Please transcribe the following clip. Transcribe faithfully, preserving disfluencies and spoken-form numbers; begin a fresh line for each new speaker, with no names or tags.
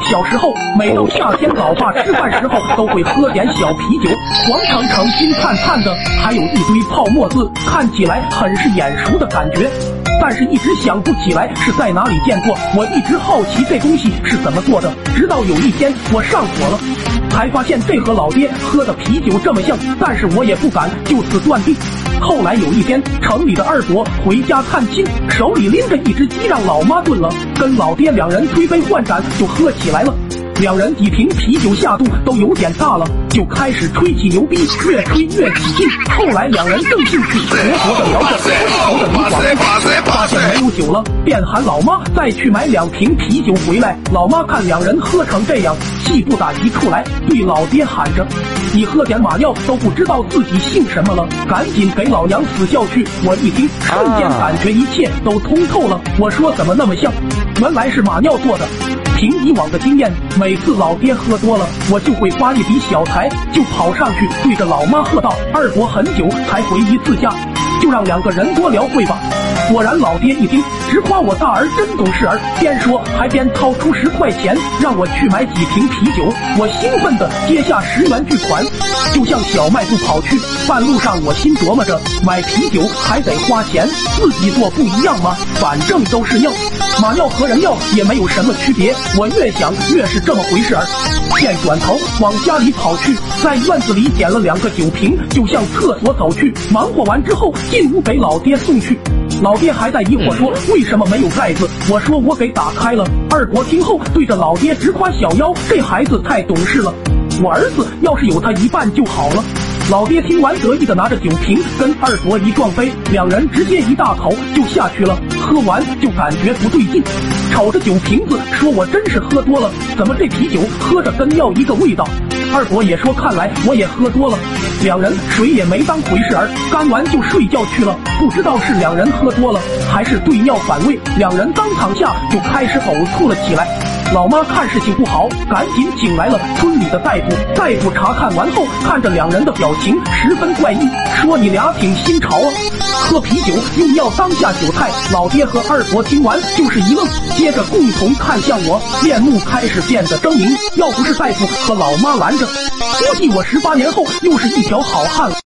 小时候，每到夏天，老爸吃饭时候都会喝点小啤酒，黄澄澄、金灿灿的，还有一堆泡沫字，看起来很是眼熟的感觉。但是一直想不起来是在哪里见过，我一直好奇这东西是怎么做的。直到有一天我上火了，才发现这和老爹喝的啤酒这么像，但是我也不敢就此断定。后来有一天，城里的二伯回家探亲，手里拎着一只鸡让老妈炖了，跟老爹两人推杯换盏就喝起来了。两人几瓶啤酒下肚都有点大了，就开始吹起牛逼，越吹越起劲。后来两人正兴致勃勃地聊着昏头的李广福，发现没有酒了，便喊老妈再去买两瓶啤酒回来。老妈看两人喝成这样，气不打一处来，对老爹喊着：“你喝点马尿都不知道自己姓什么了，赶紧给老娘死叫去！”我一听，瞬间感觉一切都通透了。我说怎么那么像？原来是马尿做的。凭以往的经验，每次老爹喝多了，我就会发一笔小财，就跑上去对着老妈喝道：“二伯很久才回一次家，就让两个人多聊会吧。”果然老爹一听，直夸我大儿真懂事儿，边说还边掏出十块钱让我去买几瓶啤酒。我兴奋地接下十元巨款，就向小卖部跑去。半路上我心琢磨着，买啤酒还得花钱，自己做不一样吗？反正都是尿，马尿和人尿也没有什么区别。我越想越是这么回事儿，便转头往家里跑去，在院子里捡了两个酒瓶，就向厕所走去。忙活完之后，进屋给老爹送去。老爹还在疑惑说为什么没有盖子，我说我给打开了。二伯听后对着老爹直夸小妖，这孩子太懂事了，我儿子要是有他一半就好了。老爹听完得意的拿着酒瓶跟二伯一撞杯，两人直接一大口就下去了。喝完就感觉不对劲，瞅着酒瓶子说我真是喝多了，怎么这啤酒喝着跟尿一个味道。二伯也说看来我也喝多了，两人谁也没当回事儿，干完就睡觉去了。不知道是两人喝多了还是对尿反胃，两人刚躺下就开始呕吐了起来。老妈看事情不好，赶紧请来了村里的大夫。大夫查看完后，看着两人的表情十分怪异，说你俩挺新潮啊，喝啤酒用尿当下酒菜。老爹和二伯听完就是一愣，接着共同看向我，面目开始变得狰狞。要不是大夫和老妈拦着，估计我十八年后又是一条好汉了。